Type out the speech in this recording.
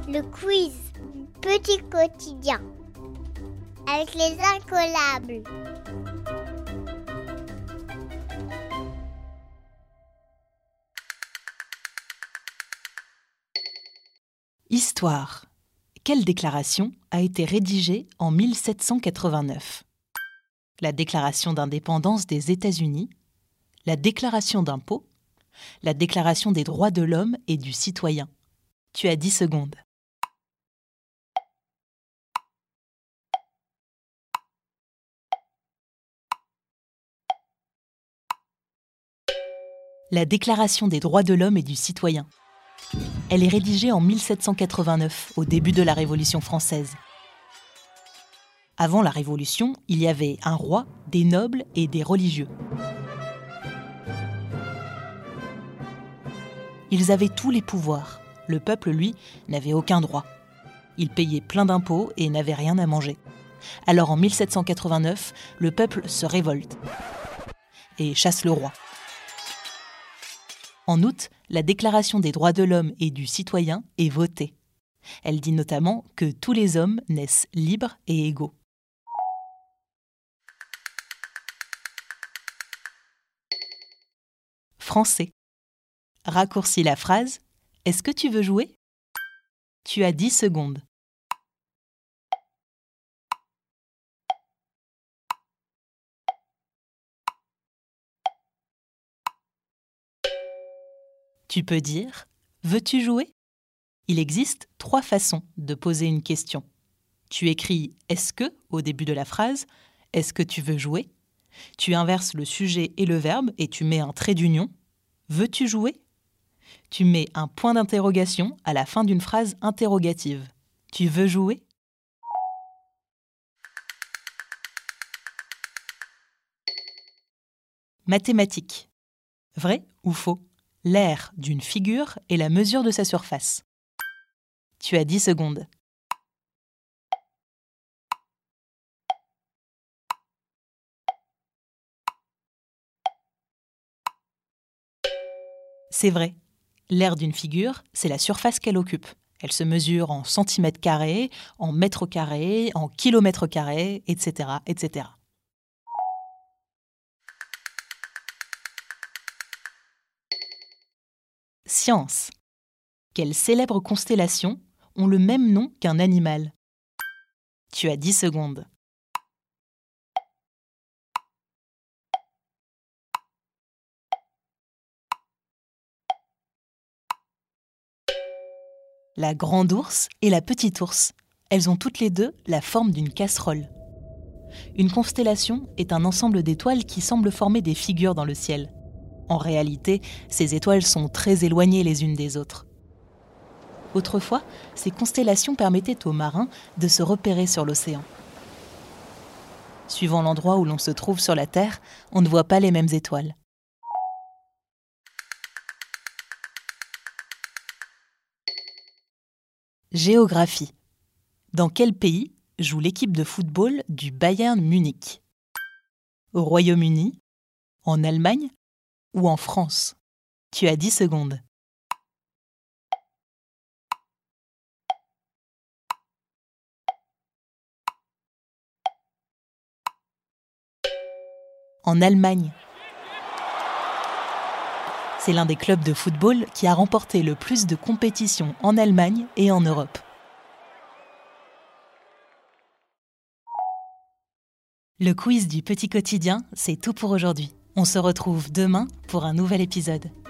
Le quiz Petit quotidien avec les incollables. Histoire. Quelle déclaration a été rédigée en 1789 ? La déclaration d'indépendance des États-Unis, la déclaration d'impôt, la déclaration des droits de l'homme et du citoyen. Tu as 10 secondes. La déclaration des droits de l'homme et du citoyen. Elle est rédigée en 1789, au début de la Révolution française. Avant la Révolution, il y avait un roi, des nobles et des religieux. Ils avaient tous les pouvoirs. Le peuple, lui, n'avait aucun droit. Il payait plein d'impôts et n'avait rien à manger. Alors en 1789, le peuple se révolte et chasse le roi. En août, la Déclaration des droits de l'homme et du citoyen est votée. Elle dit notamment que tous les hommes naissent libres et égaux. Français. Raccourcis la phrase « Est-ce que tu veux jouer ?» Tu as 10 secondes. Tu peux dire « Veux-tu jouer ?» Il existe 3 façons de poser une question. Tu écris « Est-ce que » au début de la phrase. « Est-ce que tu veux jouer ?» Tu inverses le sujet et le verbe et tu mets un trait d'union. « Veux-tu jouer ?» Tu mets un point d'interrogation à la fin d'une phrase interrogative. « Tu veux jouer ?» Mathématiques. Vrai ou faux ? L'aire d'une figure est la mesure de sa surface. Tu as 10 secondes. C'est vrai. L'aire d'une figure, c'est la surface qu'elle occupe. Elle se mesure en centimètres carrés, en mètres carrés, en kilomètres carrés, etc., etc. Science. Quelles célèbres constellations ont le même nom qu'un animal ? Tu as 10 secondes. La grande ours et la petite ours. Elles ont toutes les deux la forme d'une casserole. Une constellation est un ensemble d'étoiles qui semblent former des figures dans le ciel. En réalité, ces étoiles sont très éloignées les unes des autres. Autrefois, ces constellations permettaient aux marins de se repérer sur l'océan. Suivant l'endroit où l'on se trouve sur la Terre, on ne voit pas les mêmes étoiles. Géographie. Dans quel pays joue l'équipe de football du Bayern Munich ? Au Royaume-Uni ? En Allemagne ? Ou en France ? Tu as 10 secondes. En Allemagne. C'est l'un des clubs de football qui a remporté le plus de compétitions en Allemagne et en Europe. Le quiz du petit quotidien, c'est tout pour aujourd'hui. On se retrouve demain pour un nouvel épisode.